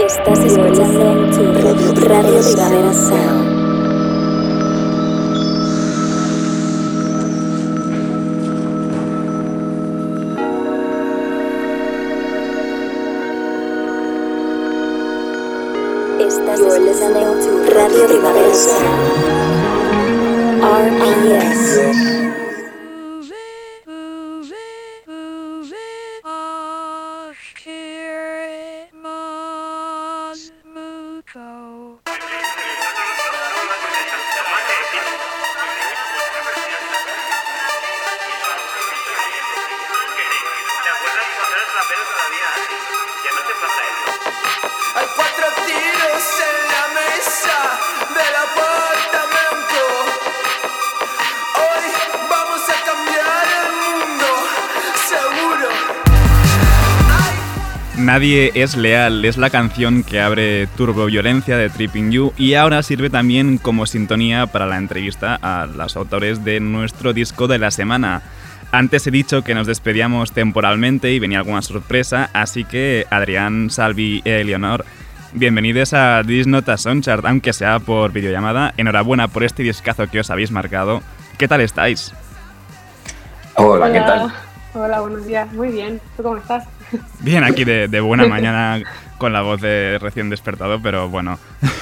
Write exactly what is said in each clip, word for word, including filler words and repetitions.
Estás escuchando Radio Primavera Sound. Estás escuchando Radio Primavera Sound. R P S. Nadie es leal es la canción que abre Turboviolencia de Tripping You y ahora sirve también como sintonía para la entrevista a los autores de nuestro disco de la semana. Antes he dicho que nos despedíamos temporalmente y venía alguna sorpresa, así que Adrián, Salvi y Eleonor, bienvenidos a This Not a Songchart, aunque sea por videollamada. Enhorabuena por este discazo que os habéis marcado. ¿Qué tal estáis? Hola, Hola. ¿Qué tal? Hola, buenos días. Muy bien. ¿Tú cómo estás? Bien, aquí de, de buena mañana con la voz de recién despertado, pero bueno.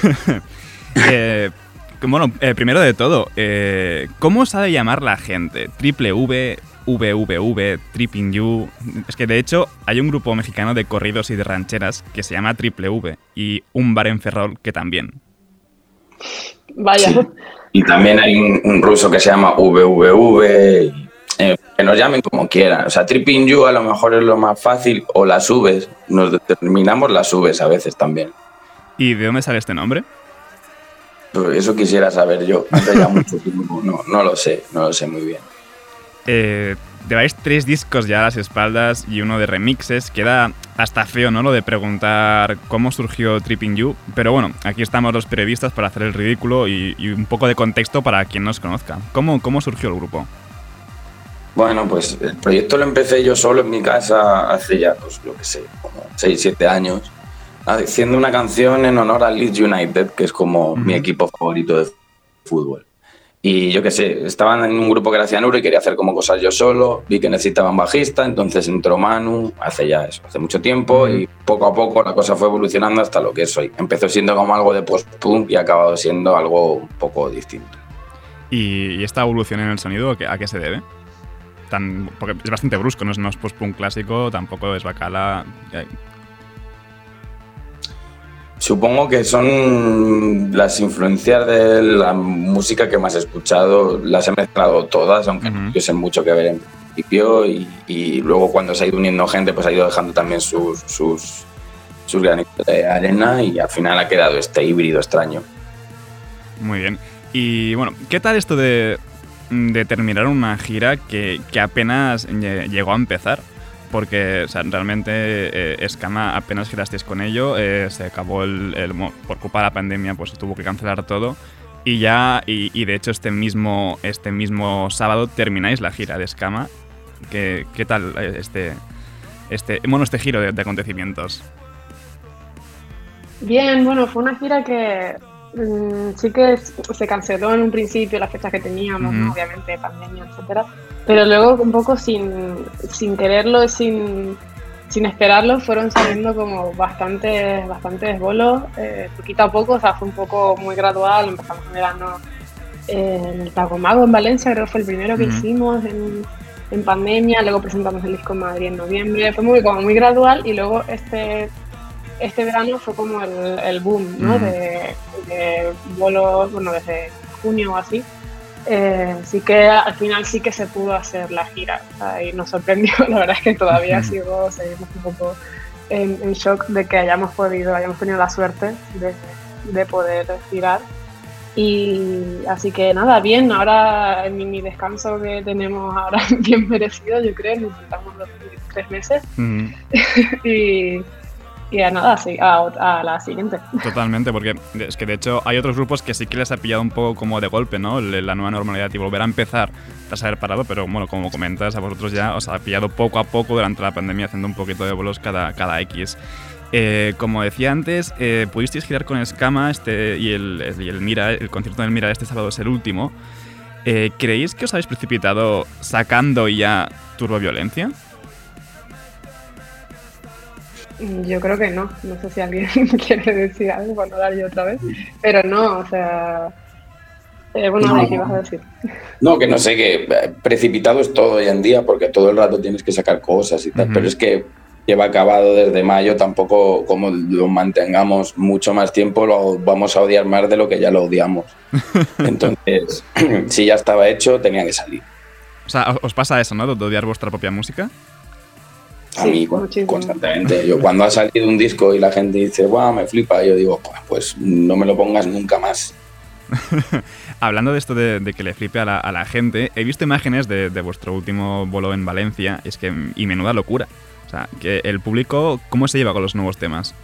eh, bueno, eh, primero de todo, eh, ¿cómo sabe llamar la gente? Triple V, V V V, Tripping You. Es que de hecho hay un grupo mexicano de corridos y de rancheras que se llama Triple V y un bar en Ferrol que también. Vaya. Sí. Y también hay un, un ruso que se llama V V V. Eh, que nos llamen como quieran. O sea, Tripping You a lo mejor es lo más fácil, o las Vs. Nos determinamos las Vs a veces también. ¿Y de dónde sale este nombre? Pues eso quisiera saber yo. Hace ya mucho tiempo. No, no lo sé, no lo sé muy bien. Eh, lleváis tres discos ya a las espaldas y uno de remixes. Queda hasta feo, ¿no?, lo de preguntar cómo surgió Tripping You. Pero bueno, aquí estamos los periodistas para hacer el ridículo y, y un poco de contexto para quien nos conozca. ¿Cómo, cómo surgió el grupo? Bueno, pues el proyecto lo empecé yo solo en mi casa hace ya, pues lo que sé, como seis siete años, haciendo una canción en honor al Leeds United, que es como uh-huh. mi equipo favorito de fútbol. Y yo qué sé, estaban en un grupo que era Cianuro y quería hacer como cosas yo solo, vi que necesitaban bajista, entonces entró Manu, hace ya eso, hace mucho tiempo, uh-huh. y poco a poco la cosa fue evolucionando hasta lo que es hoy. Empezó siendo como algo de post-punk y ha acabado siendo algo un poco distinto. ¿Y, y esta evolución en el sonido a qué se debe? Tan, porque es bastante brusco, no es, no es post-punk clásico, tampoco es bacala. Supongo que son las influencias de la música que más he escuchado, las he mezclado todas, aunque uh-huh. no tuviesen mucho que ver en principio, y, y luego cuando se ha ido uniendo gente, pues ha ido dejando también sus, sus, sus granitos de arena y al final ha quedado este híbrido extraño. Muy bien. Y bueno, ¿qué tal esto de... de terminar una gira que, que apenas llegó a empezar? Porque o sea, realmente eh, Escama apenas girasteis con ello, eh, se acabó el, el... por culpa de la pandemia pues tuvo que cancelar todo y ya, y, y de hecho este mismo, este mismo sábado termináis la gira de Escama. ¿Qué, qué tal este, este, bueno, este giro de, de acontecimientos? Bien, bueno, fue una gira que sí que se canceló en un principio las fechas que teníamos, uh-huh. ¿no? Obviamente pandemia, etcétera, pero luego un poco sin, sin quererlo, sin, sin esperarlo, fueron saliendo como bastantes, bastantes bolos, eh, poquito a poco, o sea, fue un poco muy gradual. Empezamos en verano eh, en el Tacomago en Valencia, creo que fue el primero que uh-huh. hicimos en, en pandemia, luego presentamos el disco en Madrid en noviembre, fue muy, como muy gradual, y luego este... Este verano fue como el, el boom, ¿no? Mm. De, de vuelos, bueno, desde junio o así. Eh, sí que al final sí que se pudo hacer la gira. O sea, y nos sorprendió, la verdad es que todavía mm. sigo, seguimos un poco en, en shock de que hayamos podido, hayamos tenido la suerte de, de poder girar. Y así que nada, bien, ahora en mi, mi descanso que tenemos ahora bien merecido, yo creo, nos faltamos los tres meses. Mm. y... Y a nada, sí, a, a la siguiente. Totalmente, porque es que de hecho hay otros grupos que sí que les ha pillado un poco como de golpe, ¿no? La nueva normalidad y volver a empezar tras haber parado, pero bueno, como comentas, a vosotros ya os ha pillado poco a poco durante la pandemia haciendo un poquito de bolos cada, cada X. Eh, como decía antes, eh, pudisteis girar con Escama este, y, el, y el Mira, el concierto del Mira este sábado es el último. Eh, ¿Creéis que os habéis precipitado sacando ya Turboviolencia? Yo creo que no. No sé si alguien quiere decir algo para no dar yo otra vez. Pero no, o sea... Eh, bueno, No. Alex, ¿qué ibas a decir? No, que no sé, que eh, precipitado es todo hoy en día porque todo el rato tienes que sacar cosas y tal, Ujú. pero es que lleva acabado desde mayo, tampoco como lo mantengamos mucho más tiempo lo vamos a odiar más de lo que ya lo odiamos. Entonces, si ya estaba hecho, tenía que salir. O sea, ¿os pasa eso, no? De odiar vuestra propia música. A Sí, mí con- muchísimo. constantemente. Yo cuando ha salido un disco y la gente dice, guau, me flipa, yo digo, pues, pues no me lo pongas nunca más. Hablando de esto de, de que le flipe a la, a la gente, he visto imágenes de, de vuestro último bolo en Valencia, y es que, y menuda locura. O sea, que el público, ¿cómo se lleva con los nuevos temas?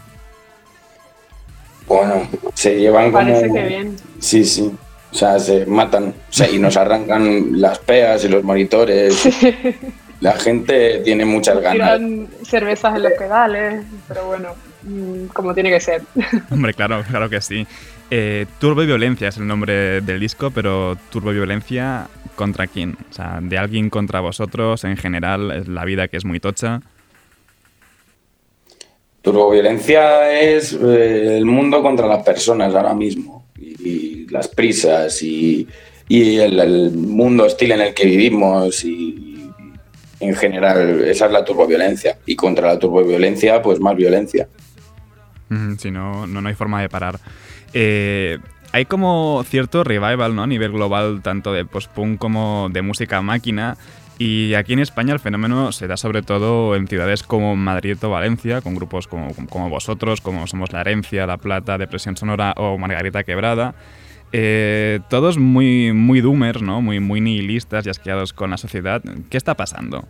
Bueno, se llevan como... Parece que bien. Sí, sí. O sea, se matan. O sea, y nos arrancan las peas y los monitores. La gente tiene muchas ganas. Tiran cervezas en los pedales, pero bueno, mm, como tiene que ser. Hombre, claro, claro que sí. Eh, Turboviolencia es el nombre del disco, pero Turboviolencia ¿contra quién? O sea, de alguien contra vosotros, en general, es la vida que es muy tocha. Turboviolencia es eh, el mundo contra las personas ahora mismo. Y, y las prisas y, y el, el mundo hostil en el que vivimos y, y en general esa es la turboviolencia. Y contra la turboviolencia, pues más violencia. Mm, Si no, no, no hay forma de parar. Eh, hay como cierto revival, ¿no? A nivel global, tanto de post-punk como de música máquina. Y aquí en España el fenómeno se da sobre todo en ciudades como Madrid o Valencia, con grupos como, como vosotros, como somos La Herencia, La Plata, Depresión Sonora o Margarita Quebrada. Eh, todos muy, muy doomers, ¿no? Muy, muy nihilistas y asqueados con la sociedad. ¿Qué está pasando?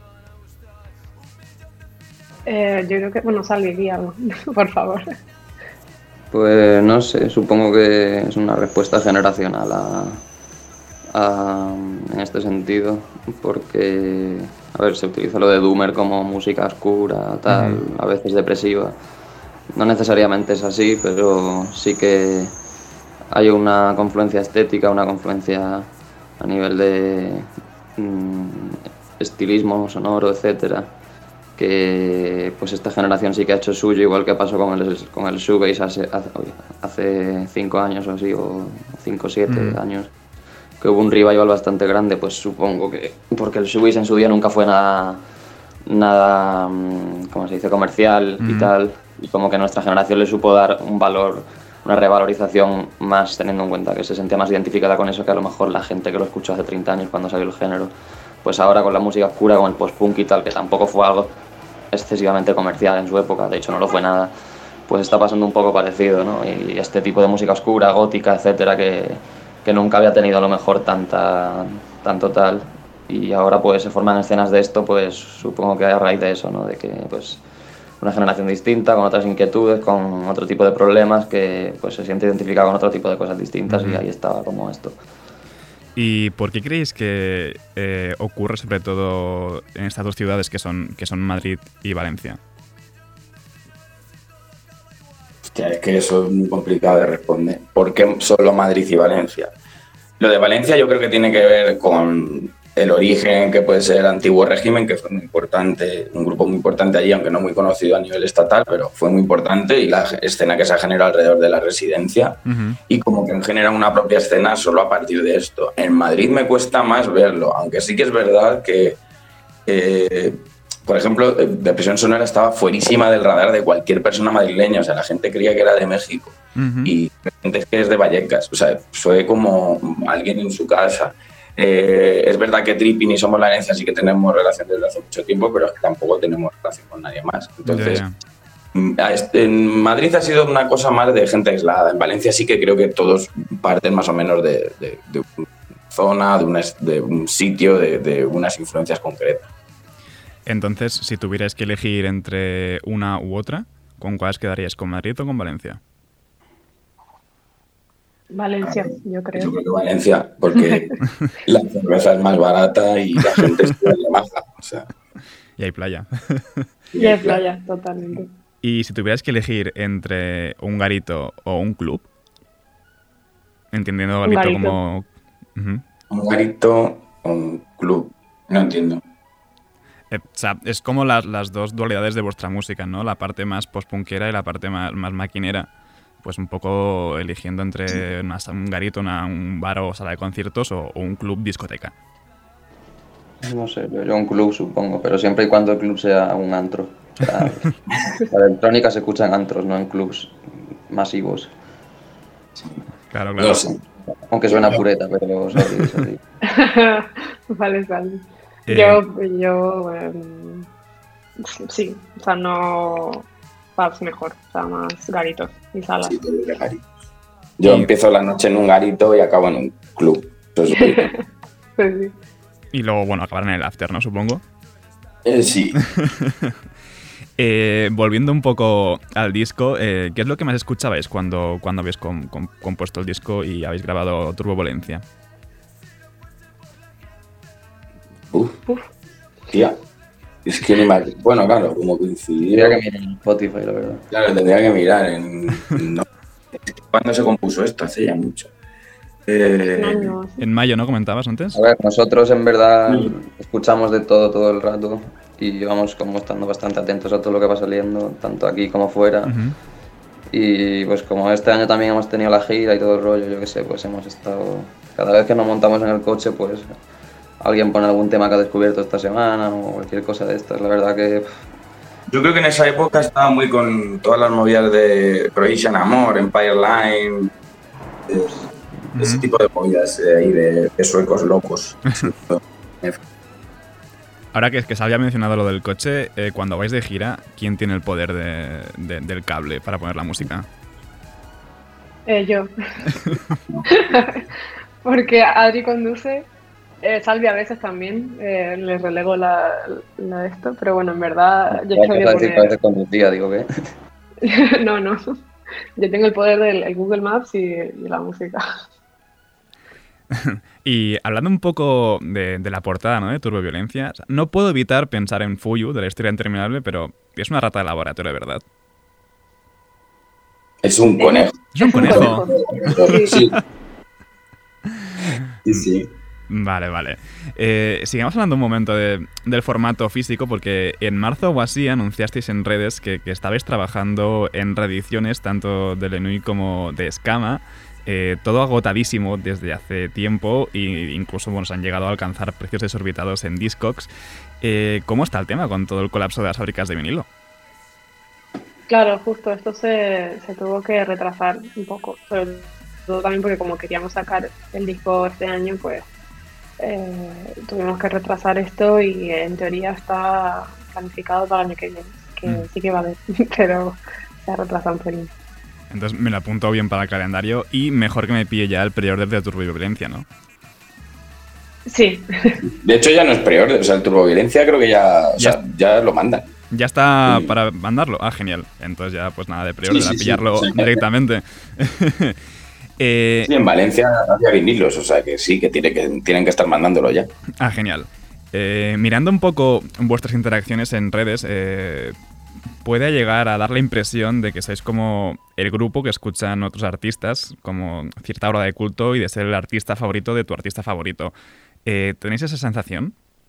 Eh, yo creo que, bueno, Salvi, di algo, por favor. Pues no sé, supongo que es una respuesta generacional a, a- en este sentido, porque, a ver, se utiliza lo de Doomer como música oscura, tal, Ujú. a veces depresiva. No necesariamente es así, pero sí que hay una confluencia estética, una confluencia a nivel de mm, estilismo sonoro, etcétera, que pues esta generación sí que ha hecho suyo, igual que pasó con el, con el shoegaze hace, hace, hace cinco años o así, o cinco o siete Mm. años, que hubo un revival bastante grande, pues supongo que porque el shoegaze en su día nunca fue nada, nada, mm, ¿cómo se dice?, comercial y Mm. tal, y como que nuestra generación le supo dar un valor, una revalorización más, teniendo en cuenta que se sentía más identificada con eso que a lo mejor la gente que lo escuchó hace treinta años cuando salió el género. Pues ahora con la música oscura, con el post-punk y tal, que tampoco fue algo excesivamente comercial en su época, de hecho no lo fue nada, pues está pasando un poco parecido, ¿no? Y este tipo de música oscura, gótica, etcétera, que, que nunca había tenido a lo mejor tanta, tanto tal, y ahora pues se forman escenas de esto, pues supongo que a raíz de eso, ¿no? De que pues una generación distinta, con otras inquietudes, con otro tipo de problemas, que pues se siente identificada con otro tipo de cosas distintas. Ujú. Y ahí estaba como esto. ¿Y por qué creéis que eh, ocurre sobre todo en estas dos ciudades que son, que son Madrid y Valencia? Hostia, es que eso es muy complicado de responder. ¿Por qué solo Madrid y Valencia? Lo de Valencia yo creo que tiene que ver con el origen, que puede ser el antiguo régimen, que fue muy importante, un grupo muy importante allí, aunque no muy conocido a nivel estatal, pero fue muy importante, y la escena que se ha generado alrededor de la residencia, Uh-huh. y como que han generado una propia escena solo a partir de esto. En Madrid me cuesta más verlo, aunque sí que es verdad que, eh, por ejemplo, Depresión Sonora estaba fuerísima del radar de cualquier persona madrileña, o sea, la gente creía que era de México, Uh-huh. y la gente es que es de Vallecas, o sea, fue como alguien en su casa. Eh, es verdad que Tripping y Somos La Herencia sí que tenemos relación desde hace mucho tiempo, pero es que tampoco tenemos relación con nadie más. Entonces, Ya, ya. en Madrid ha sido una cosa más de gente aislada. En Valencia sí que creo que todos parten más o menos de, de, de una zona, de, una, de un sitio, de, de unas influencias concretas. Entonces, si tuvierais que elegir entre una u otra, ¿con cuáles quedaríais? ¿Con Madrid o con Valencia? Valencia, yo creo. Yo creo que Valencia, porque la cerveza es más barata y la gente es de maja. O sea, Y hay playa. Y es playa, totalmente. Y si tuvieras que elegir entre un garito o un club, entendiendo garito, garito. como... Uh-huh. Un garito o un club. No entiendo. Eh, o sea, es como las, las dos dualidades de vuestra música, ¿no? La parte más post-punkera y la parte más, más maquinera. Pues un poco eligiendo entre una, un garito, una, un bar o sala de conciertos o, o un club discoteca. No sé, yo, yo un club supongo, pero siempre y cuando el club sea un antro. O sea, la electrónica se escucha en antros, no en clubs masivos. Claro, claro. No sé. Aunque suena pureta, pero sorry, sorry. Vale, vale. Eh. Yo, yo eh, sí, o sea, no pubs mejor, o sea, más garitos y salas. Sí, yo diría garito. Yo Y- empiezo la noche en un garito y acabo en un club. Entonces, Pues sí. Y luego, bueno, acabar en el after, ¿no? Supongo. eh, sí. Eh, volviendo un poco al disco, eh, ¿qué es lo que más escuchabais cuando, cuando habéis com- com- compuesto el disco y habéis grabado Turbovolencia? Uf, Uf. tía. Es que ni me... Bueno, claro, como coincidió... Tendría que mirar en Spotify, la verdad. Claro, tendría que mirar en... No. ¿Cuándo se compuso esto? Hace ya mucho. Eh, Un año. En mayo, ¿no? Comentabas antes. A ver, nosotros en verdad Mm. escuchamos de todo todo el rato y vamos como estando bastante atentos a todo lo que va saliendo, tanto aquí como fuera. Ujú. Y pues como este año también hemos tenido la gira y todo el rollo, yo qué sé, pues hemos estado... Cada vez que nos montamos en el coche, pues alguien pone algún tema que ha descubierto esta semana o cualquier cosa de estas. La verdad que... pff, Yo creo que en esa época estaba muy con todas las movidas de Croatian Amor, Empire Line, eh, ese Ujú. tipo de movidas de ahí de, de suecos locos. Ahora que, que se había mencionado lo del coche, eh, cuando vais de gira, ¿quién tiene el poder de- de- del cable para poner la música? Eh, yo. Porque Adri conduce, eh, Salvi a veces también, eh, le relego la, la de esto, pero bueno, en verdad yo hay soy que de decir que a poner... veces conducía, digo que... No, no. Yo tengo el poder del el Google Maps y, y la música. Y hablando un poco de, de la portada, ¿no? De Turboviolencia, o sea, no puedo evitar pensar en Fuyu, de la historia interminable, pero es una rata de laboratorio, de verdad. Es un conejo. Es un conejo. Sí. Sí. Sí, sí. Vale, vale. Eh, sigamos hablando un momento de- del formato físico, porque en marzo o así anunciasteis en redes que, que estabais trabajando en reediciones tanto de Lenui como de Escama, eh, todo agotadísimo desde hace tiempo e incluso bueno, se han llegado a alcanzar precios desorbitados en Discogs. Eh, ¿Cómo está el tema con todo el colapso de las fábricas de vinilo? Claro, justo, esto se, se tuvo que retrasar un poco, sobre todo también porque como queríamos sacar el disco este año, pues eh, tuvimos que retrasar esto y en teoría está planificado para el año que viene, que Mm. sí que va a haber, pero se ha retrasado un pelín. Entonces me lo apunto bien para el calendario y mejor que me pille ya el pre-order de Turboviolencia, ¿no? Sí, De hecho, ya no es peor. O sea, el Turboviolencia creo que ya, o Ya- sea, ya lo mandan. ¿Ya está Sí. para mandarlo? Ah, genial. Entonces ya pues nada de pre-order, Sí, sí, a sí. pillarlo Sí. directamente. eh, Sí, en Valencia había vinilos, o sea que sí, que, tiene que tienen que estar mandándolo ya. Ah, genial. Eh, mirando un poco vuestras interacciones en redes, eh, puede llegar a dar la impresión de que sois como el grupo que escuchan otros artistas, como cierta hora de culto y de ser el artista favorito de tu artista favorito. Eh, ¿Tenéis esa sensación?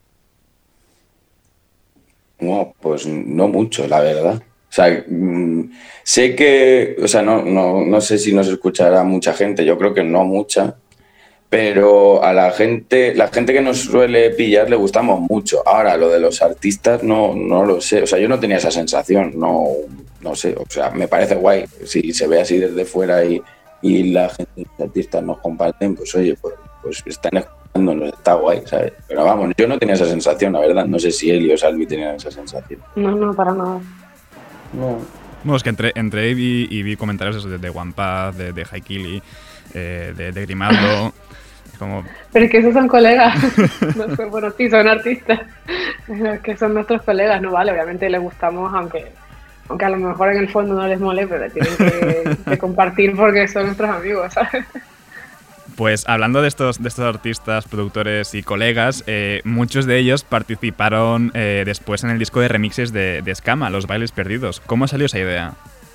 No, pues no mucho, la verdad. O sea, mm, sé que, o sea, no, no, no sé si nos escuchará mucha gente, yo creo que no mucha, pero a la gente, la gente que nos suele pillar le gustamos mucho. Ahora, lo de los artistas no, no lo sé, o sea, yo no tenía esa sensación, no, no sé, o sea, me parece guay. Si se ve así desde fuera y, y la gente, los artistas nos comparten, pues oye, pues, pues están escuchándonos, está guay, ¿sabes? Pero vamos, yo no tenía esa sensación, la verdad, no sé si él o Salvi tenían esa sensación. no, no, para nada. No. Bueno, es que entré, entré y, vi, y vi comentarios esos de, de One Path, de, de Haikili, eh, de, de Grimaldo. Es como, Pero es que esos son colegas, no son, bueno, sí, son artistas, pero es que son nuestros colegas, no vale, obviamente les gustamos, aunque aunque a lo mejor en el fondo no les mole, pero tienen que, que compartir porque son nuestros amigos, ¿sabes? Pues hablando de estos, de estos artistas, productores y colegas, eh, muchos de ellos participaron eh, después en el disco de remixes de, de Skama, Los Bailes Perdidos. ¿Cómo salió esa idea?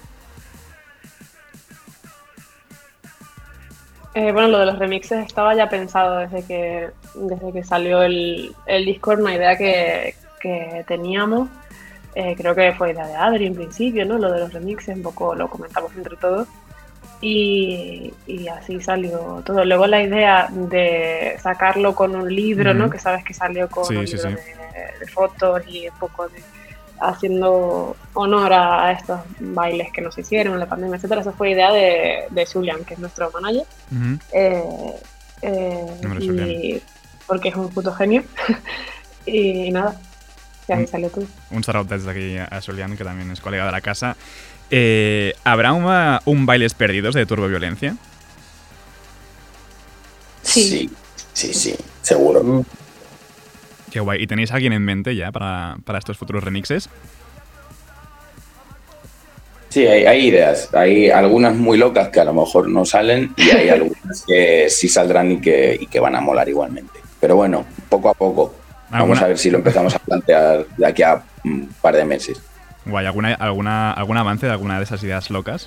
Eh, bueno, lo de los remixes estaba ya pensado desde que, desde que salió el, el Discord, una idea que, que teníamos. Eh, creo que fue idea de Adri en principio, ¿no? Lo de los remixes, un poco lo comentamos entre todos. Y, y así salió todo. Luego la idea de sacarlo con un libro, uh-huh. ¿no? Que sabes que salió con sí, un sí, libro sí. De, de fotos y un poco de haciendo honor a, a estos bailes que nos hicieron en la pandemia, etcétera. Esa fue idea de, de Julian, que es nuestro manager. Uh-huh. eh, eh, y porque es un puto genio. Y nada, y ahí salió todo. Un shout out desde aquí a Julian, que también es colega de la casa. Eh, ¿Habrá una, un Bailes Perdidos de Turboviolencia? Sí. sí, sí, sí, seguro. Qué guay. ¿Y tenéis a alguien en mente ya para, para estos futuros remixes? Sí, hay, hay ideas. Hay algunas muy locas que a lo mejor no salen y hay algunas que sí saldrán y que, y que van a molar igualmente. Pero bueno, poco a poco. ¿Alguna? Vamos a ver si lo empezamos a plantear de aquí a un par de meses. Guay, ¿alguna, alguna, ¿algún avance de alguna de esas ideas locas?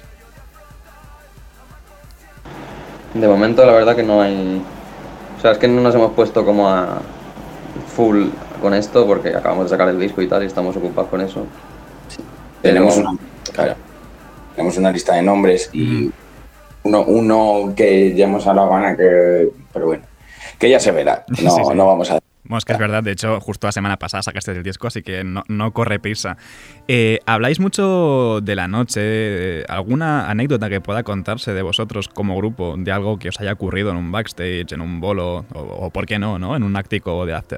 De momento la verdad que no hay... O sea, es que no nos hemos puesto como a full con esto porque acabamos de sacar el disco y tal y estamos ocupados con eso. Sí. Pero... Tenemos, una, claro, tenemos una lista de nombres y uno, uno que ya hemos hablado con Ana, que, pero bueno, que ya se verá. No, sí, sí. no vamos a... Bueno, es que es verdad, de hecho, justo la semana pasada sacaste el disco, así que no, no corre prisa. Eh, habláis mucho de la noche, eh, ¿alguna anécdota que pueda contarse de vosotros como grupo, de algo que os haya ocurrido en un backstage, en un bolo, o, o por qué no, ¿no? En un áctico de after?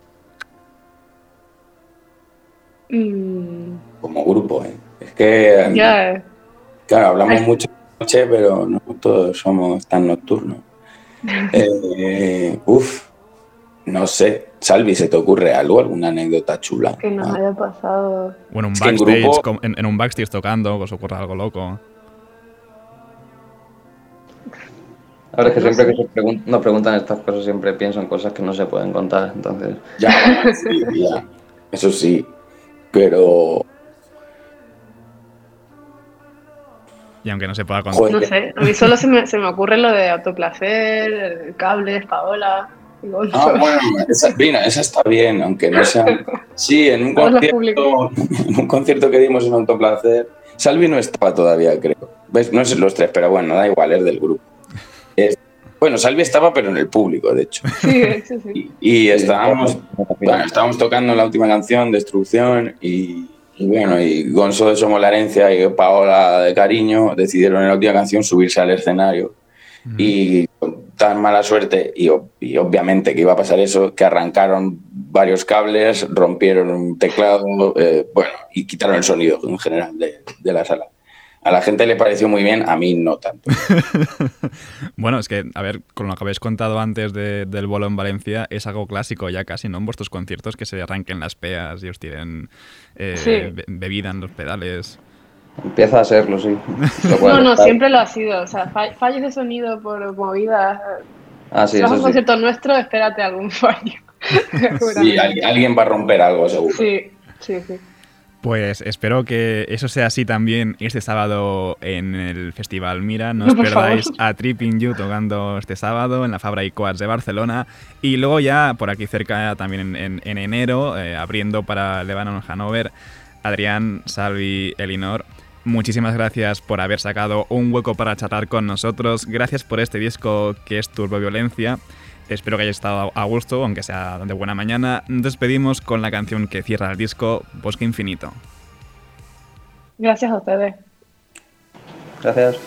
Mm. Como grupo, ¿eh? Es que... Yeah. Claro, hablamos Ay. mucho de noche, pero no todos somos tan nocturnos. eh, uf. No sé, Salvi, ¿se te ocurre algo? ¿Alguna anécdota chula? Que nos haya pasado... Bueno, un es backstage, en, grupo... en, en un backstage tocando, que os ocurra algo loco. Ahora es que siempre que se pregun- nos preguntan estas cosas siempre pienso en cosas que no se pueden contar, entonces... Ya, sí, ya, eso sí, pero... Y aunque no se pueda contar... Joder. No sé, a mí solo se me, se me ocurre lo de Autoplacer, Cables, Paola... Ah, bueno, esa, Brina, esa está bien, aunque no sea... Sí, en un, concierto, en un concierto que dimos en Autoplacer, Salvi no estaba todavía, creo. ¿Ves? No sé los tres, pero bueno, da igual, es del grupo. Es, bueno, Salvi estaba, pero en el público, de hecho. Sí, sí, sí. Y, y estábamos, bueno, estábamos tocando la última canción, Destrucción, y, y bueno, y Gonzo de Somos la Herencia y Paola de Cariño decidieron en la última canción subirse al escenario. Mm. Y con tan mala suerte, y, y obviamente que iba a pasar eso, que arrancaron varios cables, rompieron un teclado, eh, bueno, y quitaron el sonido en general de, de la sala. A la gente le pareció muy bien, a mí no tanto. Bueno, es que, a ver, con lo que habéis contado antes de, del bolo en Valencia, es algo clásico ya casi, ¿no? En vuestros conciertos, que se arranquen las peas y os tiren eh, sí. be- bebida en los pedales. Empieza a serlo, sí. No, no, siempre lo ha sido. O sea, fallos de sonido por movidas. Ah, sí, si vas a un sí. concierto nuestro, espérate algún fallo. Sí, alguien va a romper algo, seguro. Sí, sí, sí. Pues espero que eso sea así también este sábado en el Festival Mira. No os no, perdáis favor. A Tripping You tocando este sábado en la Fabra y Coats de Barcelona. Y luego ya por aquí cerca, también en, en, en enero, eh, abriendo para Lebanon Hanover, Adrián, Salvi, Elinor. Muchísimas gracias por haber sacado un hueco para charlar con nosotros. Gracias por este disco que es Turboviolencia. Espero que hayáis estado a gusto, aunque sea de buena mañana. Nos despedimos con la canción que cierra el disco, Bosque Infinito. Gracias a ustedes. Gracias.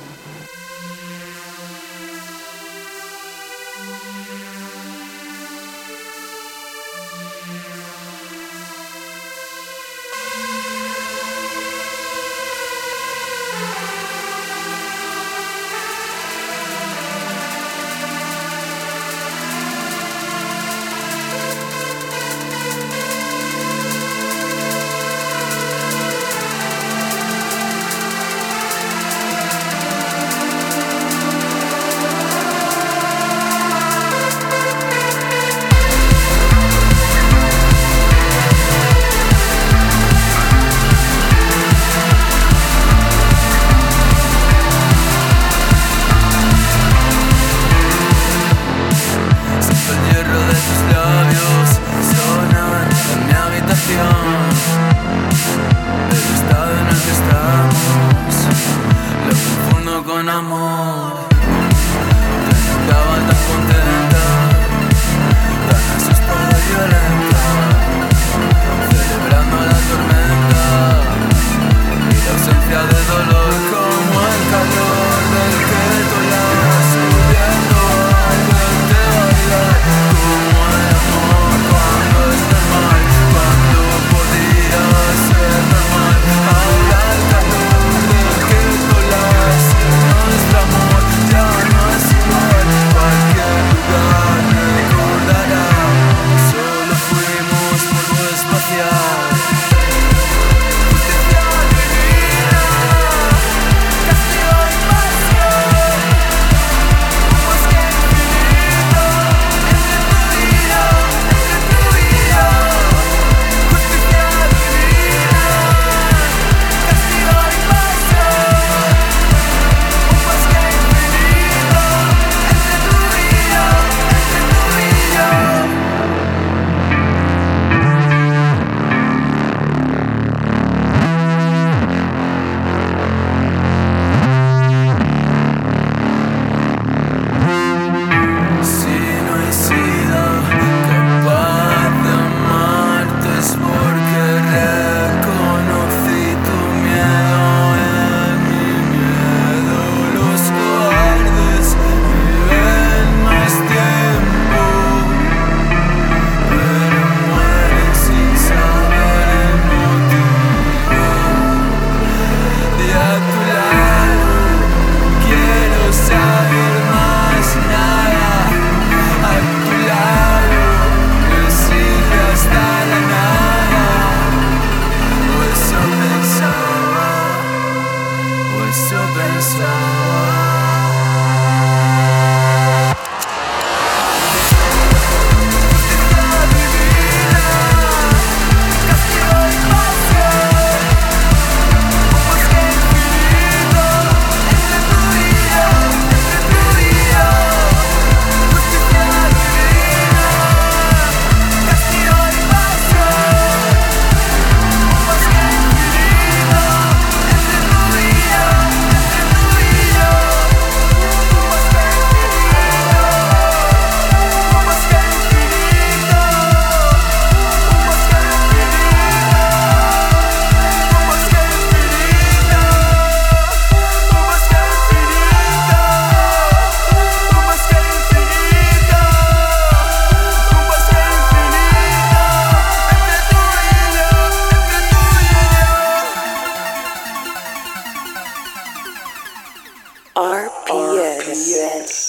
R P S.